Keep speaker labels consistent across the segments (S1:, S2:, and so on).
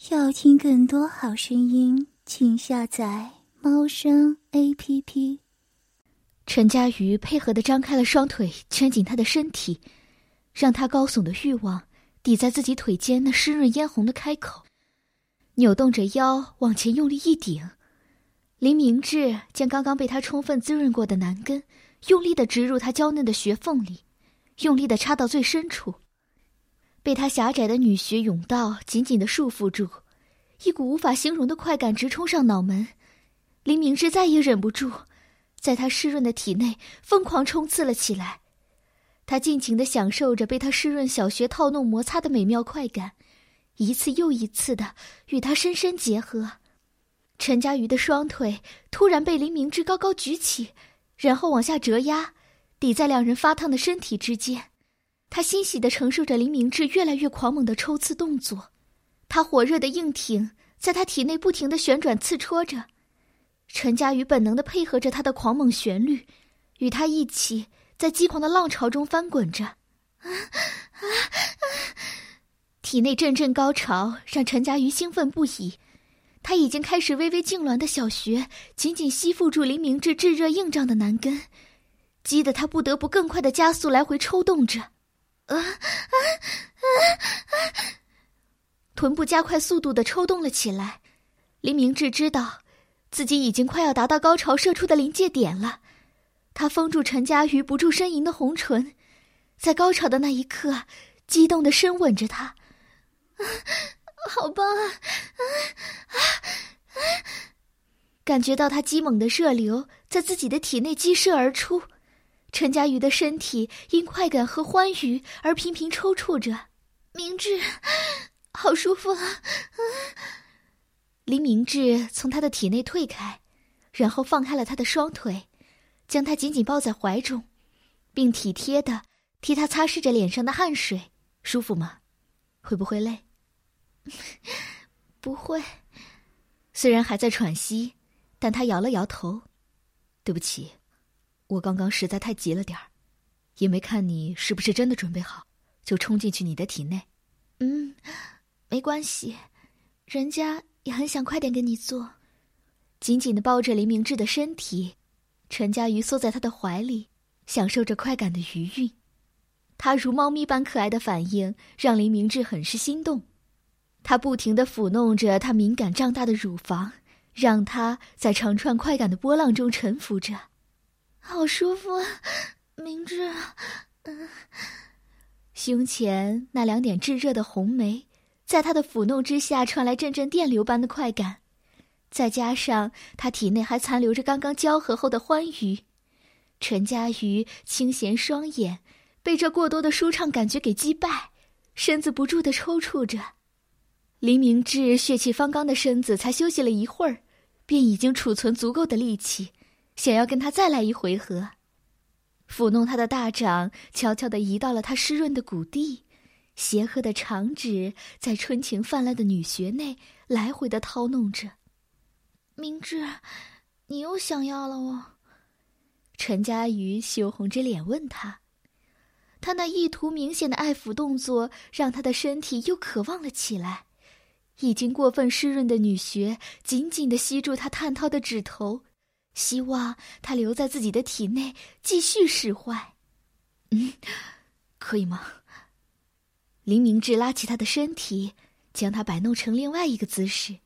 S1: 要听更多好声音，请下载猫声 APP。
S2: 陈佳瑜配合地张开了双腿，圈紧他的身体，让他高耸的欲望抵在自己腿间那湿润嫣红的开口，扭动着腰往前用力一顶。林明志将刚刚被他充分滋润过的男根用力地植入他娇嫩的穴缝里，用力地插到最深处。被他狭窄的女穴甬道紧紧地束缚住，一股无法形容的快感直冲上脑门。林明志再也忍不住，在他湿润的体内疯狂冲刺了起来。他尽情地享受着被他湿润小穴套弄摩擦的美妙快感，一次又一次地与他深深结合。陈佳瑜的双腿突然被林明志高高举起，然后往下折压，抵在两人发烫的身体之间。他欣喜地承受着林明志越来越狂猛的抽刺动作，他火热的硬挺在他体内不停地旋转刺戳着。陈佳瑜本能地配合着他的狂猛旋律，与他一起在激狂的浪潮中翻滚着。体内阵阵高潮让陈佳瑜兴奋不已，他已经开始微微痉挛的小穴紧紧吸附住林明志炙热硬胀的男根，激得他不得不更快地加速来回抽动着。臀部加快速度地抽动了起来。林明志知道自己已经快要达到高潮射出的临界点了，他封住陈佳瑜不住呻吟的红唇，在高潮的那一刻激动地深吻着她。好棒啊！感觉到他激猛的热流在自己的体内激射而出，陈佳瑜的身体因快感和欢愉而频频抽搐着。明志，好舒服啊！林明志从他的体内退开，然后放开了他的双腿，将他紧紧抱在怀中，并体贴地替他擦拭着脸上的汗水。舒服吗？会不会累？不会。虽然还在喘息，但他摇了摇头。对不起，我刚刚实在太急了点儿，也没看你是不是真的准备好，就冲进去你的体内。没关系，人家也很想快点跟你做。紧紧地抱着林明志的身体，陈佳瑜缩在他的怀里，享受着快感的余韵。他如猫咪般可爱的反应让林明志很是心动，他不停地抚弄着他敏感胀大的乳房，让他在长串快感的波浪中沉浮着。好舒服啊，明志。胸前那2点炙热的红梅在他的抚弄之下传来阵阵电流般的快感，再加上他体内还残留着刚刚交合后的欢愉，陈佳瑜清闲双眼被这过多的舒畅感觉给击败，身子不住地抽搐着。林明志血气方刚的身子才休息了一会儿，便已经储存足够的力气，想要跟他再来一回合。抚弄他的大掌悄悄地移到了他湿润的谷地，邪恶的长指在春情泛滥的女穴内来回地掏弄着。明志，你又想要了哦？陈佳瑜羞红着脸问他。他那意图明显的爱抚动作让他的身体又渴望了起来，已经过分湿润的女穴紧紧地吸住他探掏的指头，希望他留在自己的体内继续使坏。可以吗？林明志拉起他的身体，将他摆弄成另外一个姿势。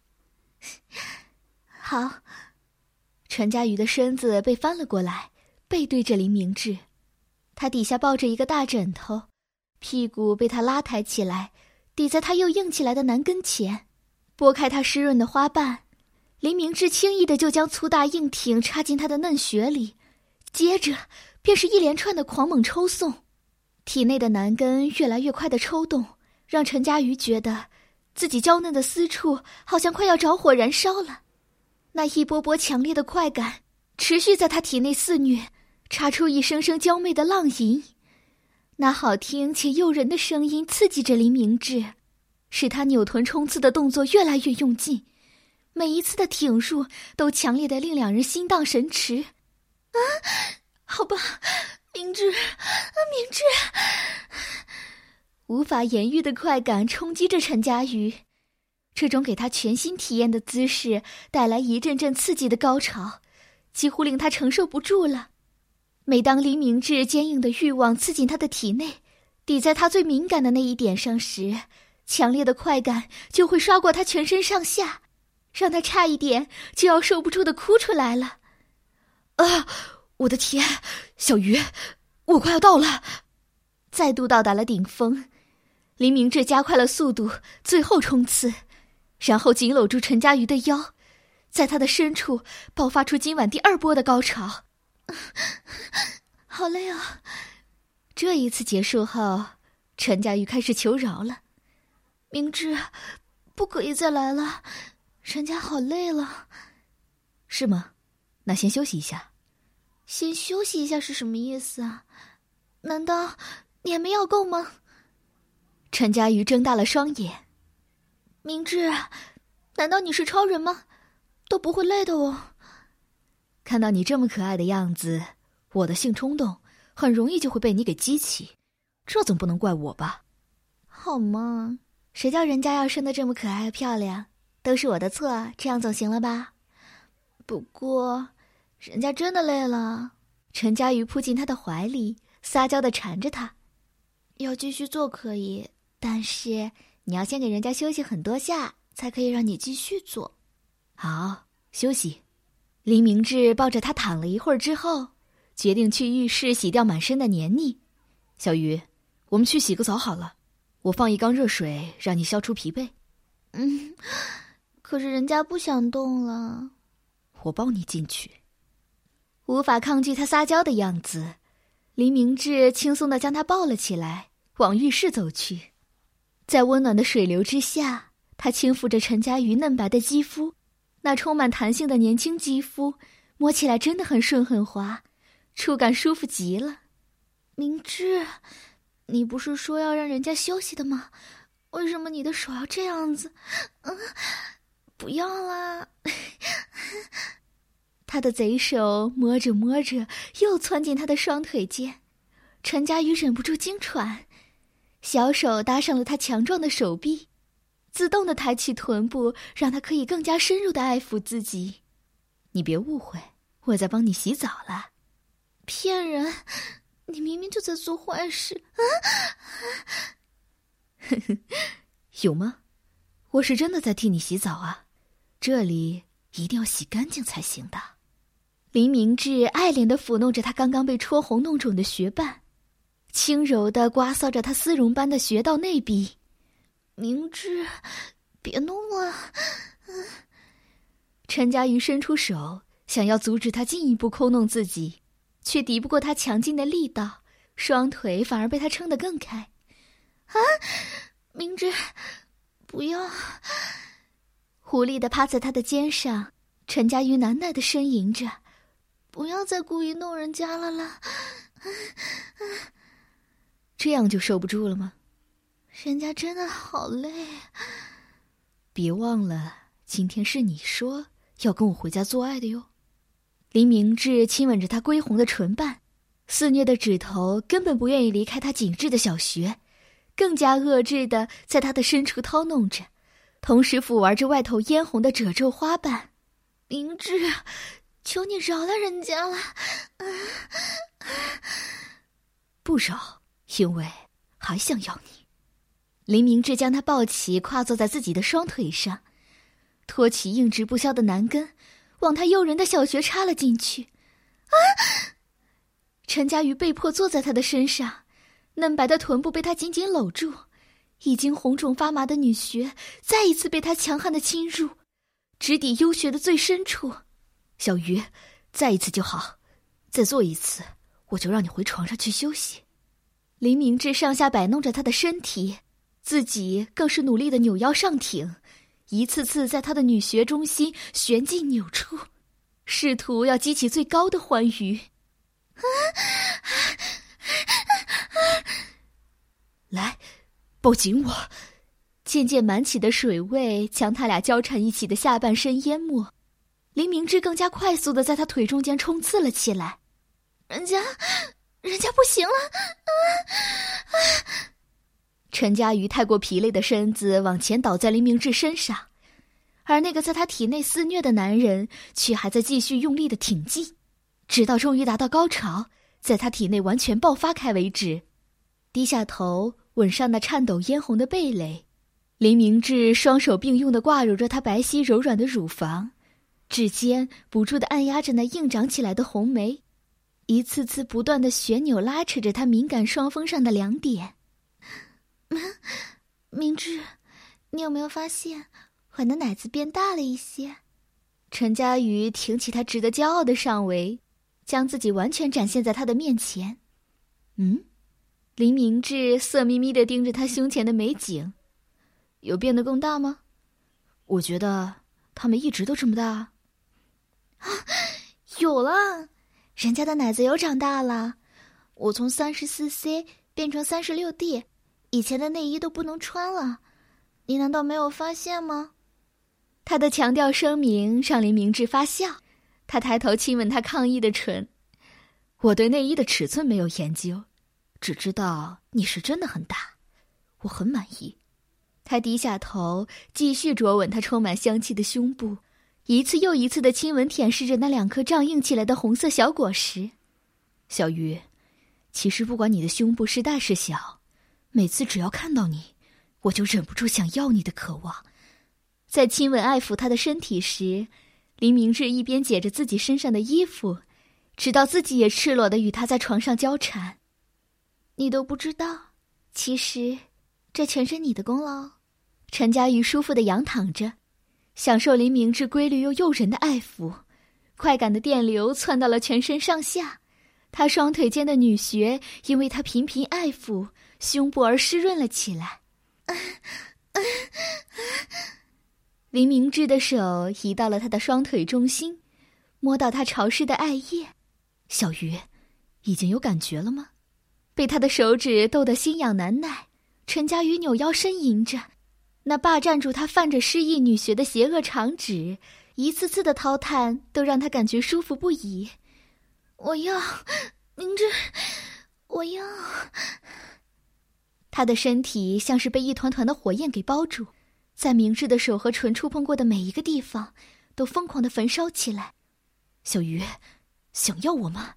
S2: 好。陈佳瑜的身子被翻了过来，背对着林明志，他底下抱着一个大枕头，屁股被他拉抬起来，抵在他又硬起来的男根前，拨开他湿润的花瓣。林明志轻易地就将粗大硬挺插进他的嫩穴里，接着便是一连串的狂猛抽送。体内的男根越来越快的抽动，让陈佳瑜觉得自己娇嫩的私处好像快要着火燃烧了。那一波波强烈的快感持续在他体内肆虐，插出一声声娇媚的浪吟。那好听且诱人的声音刺激着林明志，使他扭臀冲刺的动作越来越用劲，每一次的挺入都强烈的令两人心荡神驰。好吧，明志，明志。无法言喻的快感冲击着陈佳瑜， 这种给他全新体验的姿势带来一阵阵刺激的高潮，几乎令他承受不住了。每当林明志坚硬的欲望刺进他的体内，抵在他最敏感的那一点上时，强烈的快感就会刷过他全身上下，让他差一点就要受不住的哭出来了。
S3: 啊，我的天，小鱼，我快要到了！
S2: 再度到达了顶峰，林明志加快了速度，最后冲刺，然后紧搂住陈佳瑜的腰，在他的深处爆发出今晚第2波的高潮。好累啊！这一次结束后，陈佳瑜开始求饶了。明志，不可以再来了，人家好累了。
S3: 是吗？那先休息一下。
S2: 先休息一下是什么意思啊？难道你还没要够吗？陈佳瑜睁大了双眼。明志，难道你是超人吗？都不会累的哦。
S3: 看到你这么可爱的样子，我的性冲动很容易就会被你给激起，这总不能怪我吧？
S2: 好嘛，谁叫人家要生得这么可爱漂亮，都是我的错，这样总行了吧？不过人家真的累了。陈佳瑜扑进他的怀里，撒娇地缠着他。要继续做可以，但是你要先给人家休息很多下，才可以让你继续做。
S3: 好，休息。
S2: 林明志抱着他躺了一会儿之后，决定去浴室洗掉满身的黏腻。
S3: 小鱼，我们去洗个澡好了，我放一缸热水让你消除疲惫。
S2: 可是人家不想动了。
S3: 我抱你进去。
S2: 无法抗拒他撒娇的样子，林明志轻松地将他抱了起来，往浴室走去。在温暖的水流之下，他轻抚着陈佳瑜嫩白的肌肤，那充满弹性的年轻肌肤摸起来真的很顺很滑，触感舒服极了。明志，你不是说要让人家休息的吗？为什么你的手要这样子？不要啦！他的贼手摸着摸着又窜进他的双腿间，陈佳瑜忍不住惊喘，小手搭上了他强壮的手臂，自动地抬起臀部，让他可以更加深入地爱抚自己。
S3: 你别误会，我在帮你洗澡了。
S2: 骗人，你明明就在做坏事。
S3: 有吗？我是真的在替你洗澡啊，这里一定要洗干净才行的。
S2: 林明志爱怜地抚弄着他刚刚被戳红弄肿的穴瓣，轻柔地刮搔着他丝绒般的穴道内壁。明志，别弄了。陈佳瑜伸出手想要阻止他进一步抠弄自己，却敌不过他强劲的力道，双腿反而被他撑得更开。明志，不要！无力地趴在他的肩上，陈佳瑜难耐地呻吟着，不要再故意弄人家了啦。
S3: 这样就受不住了吗？
S2: 人家真的好累。
S3: 别忘了，今天是你说要跟我回家做爱的哟。
S2: 林明志亲吻着她归红的唇瓣，肆虐的指头根本不愿意离开她紧致的小穴，更加遏制地在她的深处掏弄着，同时抚玩着外头嫣红的褶皱花瓣。明志，求你饶了人家了。
S3: 不饶，因为还想要你。
S2: 林明志将她抱起，跨坐在自己的双腿上，托起硬直不消的男根，往她诱人的小穴插了进去。陈佳瑜被迫坐在他的身上，嫩白的臀部被他紧紧搂住，已经红肿发麻的女穴再一次被他强悍的侵入，直抵幽穴的最深处。
S3: 小鱼，再一次就好，再做一次我就让你回床上去休息。
S2: 林明志上下摆弄着他的身体，自己更是努力地扭腰上挺，一次次在他的女穴中心旋进扭出，试图要激起最高的欢愉。
S3: 来，抱紧我。
S2: 渐渐满起的水位将他俩交缠一起的下半身淹没，林明志更加快速地在他腿中间冲刺了起来。人家不行了。
S3: 陈佳瑜太过疲累的身子往前倒在林明志身上，而那个在他体内肆虐的男人却还在继续用力的挺进，直到终于达到高潮，在他体内完全爆发开为止。低下头吻上那颤抖嫣红的蓓蕾，林明志双手并用地挂揉着她白皙柔软的乳房，指尖不住地按压着那硬长起来的红梅，一次次不断地旋扭拉扯着她敏感双峰上的两点。
S2: 明志，你有没有发现我的奶子变大了一些？
S3: 陈佳瑜挺起她值得骄傲的上围，将自己完全展现在他的面前。林明志色眯眯地盯着他胸前的美景，有变得更大吗？我觉得他们一直都这么大。
S2: 有了，人家的奶子有长大了。我从34C 变成36D， 以前的内衣都不能穿了。你难道没有发现吗？
S3: 他的强调声明让林明志发笑，他抬头亲吻他抗议的唇。我对内衣的尺寸没有研究，只知道你是真的很大，我很满意。他低下头继续啄吻他充满香气的胸部，一次又一次的亲吻舔舐着那两颗胀硬起来的红色小果实。小鱼，其实不管你的胸部是大是小，每次只要看到你，我就忍不住想要你的渴望。在亲吻爱抚他的身体时，林明志一边解着自己身上的衣服，直到自己也赤裸地与他在床上交缠。
S2: 你都不知道，其实这全是你的功劳。
S3: 陈佳瑜舒服地仰躺着，享受林明志规律又诱人的爱抚，快感的电流窜到了全身上下，他双腿间的女穴因为他频频爱抚胸部而湿润了起来。林明志的手移到了他的双腿中心，摸到他潮湿的艾叶。小鱼，已经有感觉了吗？被他的手指逗得心痒难耐，陈佳瑜扭腰呻吟着，那霸占住他泛着诗意女穴的邪恶长指，一次次的掏探都让他感觉舒服不已。
S2: 我要，明志，我要。
S3: 他的身体像是被一团团的火焰给包住，在明志的手和唇触碰过的每一个地方都疯狂的焚烧起来。小鱼，想要我吗？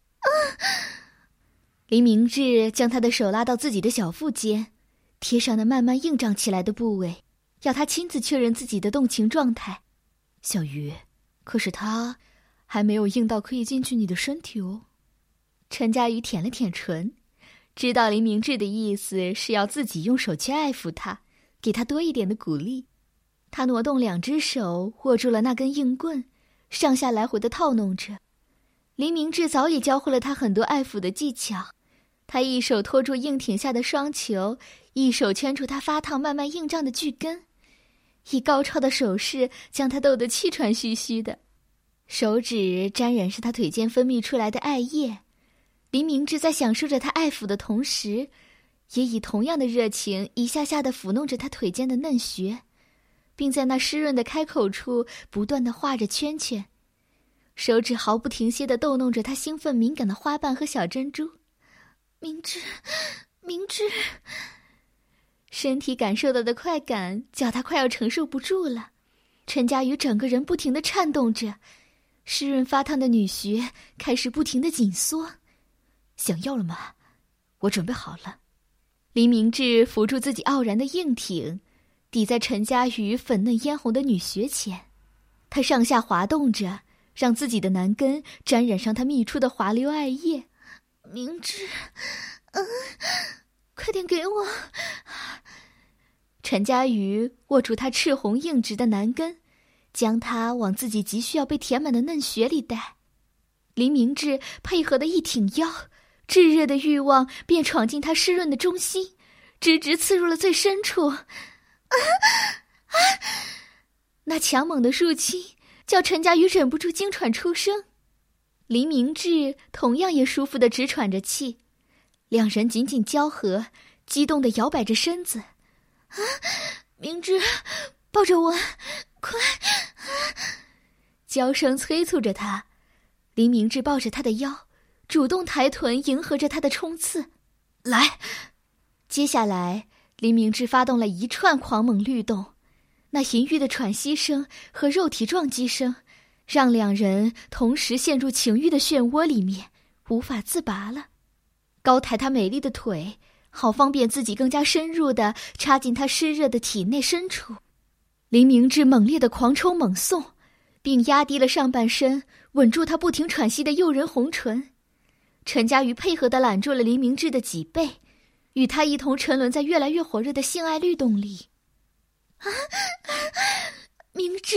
S3: 林明志将他的手拉到自己的小腹间，贴上那慢慢硬胀起来的部位，要他亲自确认自己的动情状态。小鱼，可是他还没有硬到可以进去你的身体哦。陈佳瑜舔了舔唇，知道林明志的意思是要自己用手去爱抚他，给他多一点的鼓励。他挪动两只手握住了那根硬棍，上下来回的套弄着。林明志早已教会了他很多爱抚的技巧，他一手托住硬挺下的双球，一手圈住他发烫慢慢硬胀的巨根，以高超的手势将他逗得气喘吁吁的。手指沾染是他腿间分泌出来的艾叶，林明志在享受着他爱抚的同时，也以同样的热情一下下地抚弄着他腿间的嫩穴，并在那湿润的开口处不断地画着圈圈，手指毫不停歇地逗弄着他兴奋敏感的花瓣和小珍珠。
S2: 明志，明志，
S3: 身体感受到的快感叫他快要承受不住了。陈佳瑜整个人不停地颤动着，湿润发烫的女穴开始不停地紧缩。想要了吗？我准备好了。林明志扶住自己傲然的硬挺，抵在陈佳瑜粉嫩嫣红的女穴前，他上下滑动着，让自己的男根沾染上他泌出的滑溜艾叶。
S2: 明志，快点给我！
S3: 陈佳瑜握住他赤红硬直的男根，将他往自己急需要被填满的嫩穴里带。林明志配合的一挺腰，炙热的欲望便闯进他湿润的中心，直直刺入了最深处。那强猛的入侵叫陈佳瑜忍不住惊喘出声。林明志同样也舒服地直喘着气，两人紧紧交合，激动地摇摆着身子。
S2: 明志，抱着我，快！
S3: 娇声催促着他。林明志抱着他的腰，主动抬臀迎合着他的冲刺。来！接下来林明志发动了一串狂猛律动，那淫欲的喘息声和肉体撞击声，让两人同时陷入情欲的漩涡里面，无法自拔了。高抬她美丽的腿，好方便自己更加深入地插进她湿热的体内深处。林明志猛烈地狂抽猛送，并压低了上半身，吻住她不停喘息的诱人红唇。陈佳瑜配合地揽住了林明志的脊背，与他一同沉沦在越来越火热的性爱律动里。明志，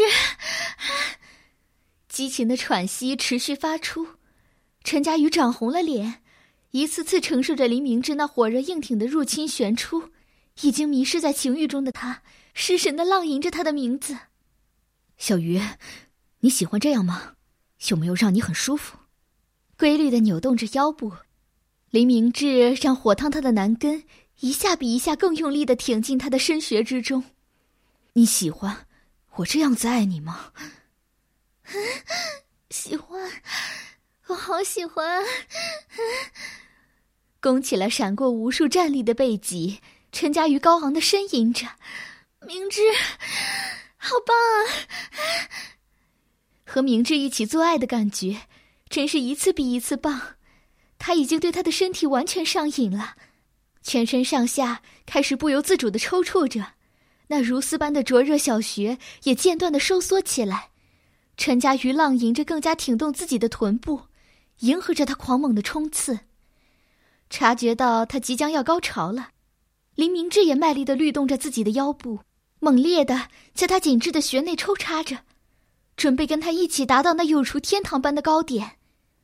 S3: 激情的喘息持续发出，陈佳瑜涨红了脸，一次次承受着林明志那火热硬挺的入侵旋出。已经迷失在情欲中的他，失神地浪吟着他的名字。小鱼，你喜欢这样吗？有没有让你很舒服？规律地扭动着腰部，林明志让火烫他的男根一下比一下更用力地挺进他的深穴之中。你喜欢我这样子爱你吗？
S2: 喜欢，我好喜欢。
S3: 弓起了闪过无数战栗的背脊，陈佳瑜高昂地呻吟着：
S2: 明志，好棒啊！
S3: 和明志一起做爱的感觉真是一次比一次棒，他已经对他的身体完全上瘾了，全身上下开始不由自主地抽搐着，那如丝般的灼热小穴也间断地收缩起来。陈佳瑜浪吟着更加挺动自己的臀部，迎合着他狂猛的冲刺。察觉到他即将要高潮了，林明志也卖力地律动着自己的腰部，猛烈地在他紧致的穴内抽插着，准备跟他一起达到那有如天堂般的高点。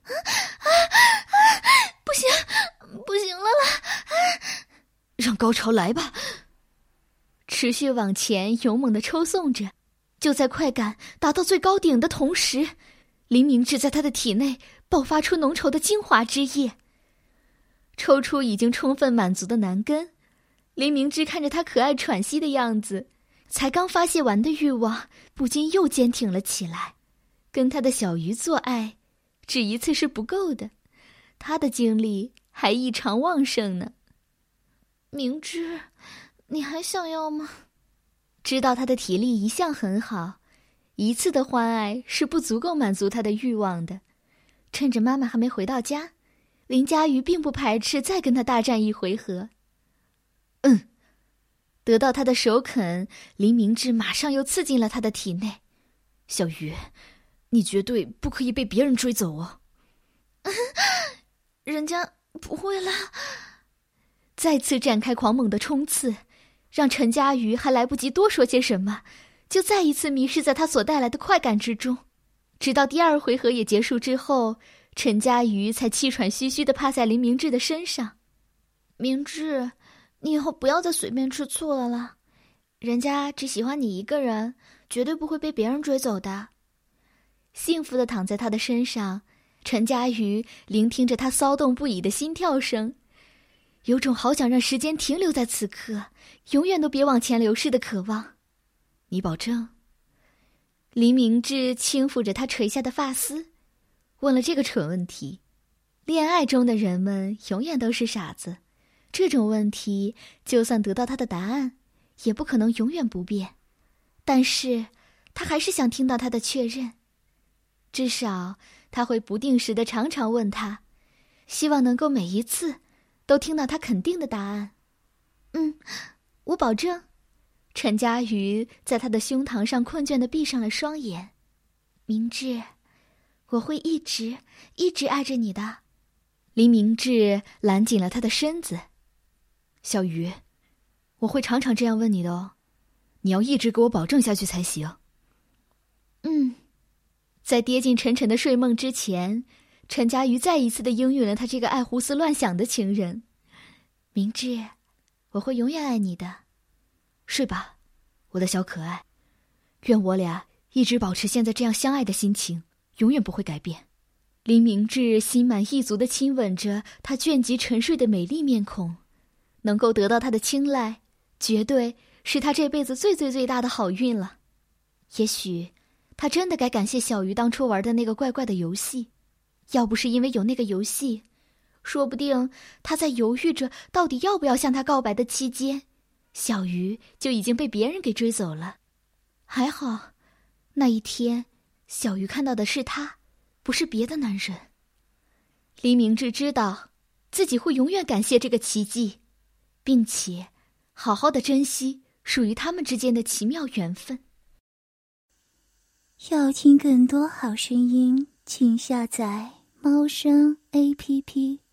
S2: 不行了啦！
S3: 让高潮来吧！持续往前勇猛地抽送着，就在快感达到最高顶的同时，林明志在他的体内爆发出浓稠的精华之液。抽出已经充分满足的男根，林明志看着他可爱喘息的样子，才刚发泄完的欲望不禁又坚挺了起来。跟他的小鱼做爱，只一次是不够的，他的精力还异常旺盛呢。
S2: 明志，你还想要吗？
S3: 知道他的体力一向很好，一次的欢爱是不足够满足他的欲望的。趁着妈妈还没回到家，林佳瑜并不排斥再跟他大战一回合。得到他的首肯，林明志马上又刺进了他的体内。小鱼，你绝对不可以被别人追走哦。
S2: 人家不会啦。
S3: 再次展开狂猛的冲刺，让陈佳瑜还来不及多说些什么，就再一次迷失在他所带来的快感之中。直到第二回合也结束之后，陈佳瑜才气喘吁吁地趴在林明志的身上。
S2: 明志，你以后不要再随便吃醋了啦，人家只喜欢你一个人，绝对不会被别人追走的。
S3: 幸福地躺在他的身上，陈佳瑜聆听着他骚动不已的心跳声，有种好想让时间停留在此刻，永远都别往前流逝的渴望。你保证？林明志轻抚着他垂下的发丝，问了这个蠢问题。恋爱中的人们永远都是傻子，这种问题就算得到他的答案，也不可能永远不变。但是他还是想听到他的确认，至少他会不定时地常常问他，希望能够每一次都听到他肯定的答案。我保证。陈佳瑜在他的胸膛上困倦地闭上了双眼。明志，我会一直爱着你的。林明志揽紧了他的身子。小鱼，我会常常这样问你的哦，你要一直给我保证下去才行。在跌进沉沉的睡梦之前，陈佳瑜再一次地应允了他这个爱胡思乱想的情人。明志，我会永远爱你的。睡吧，我的小可爱，愿我俩一直保持现在这样相爱的心情，永远不会改变。林明志心满意足地亲吻着他倦极沉睡的美丽面孔，能够得到他的青睐，绝对是他这辈子最大的好运了。也许他真的该感谢小鱼当初玩的那个怪怪的游戏，要不是因为有那个游戏，说不定他在犹豫着到底要不要向他告白的期间， 小鱼就已经被别人给追走了。还好，那一天，小鱼看到的是他，不是别的男人。黎明志知道自己会永远感谢这个奇迹，并且好好的珍惜属于他们之间的奇妙缘分。
S1: 要听更多好声音，请下载猫声 APP。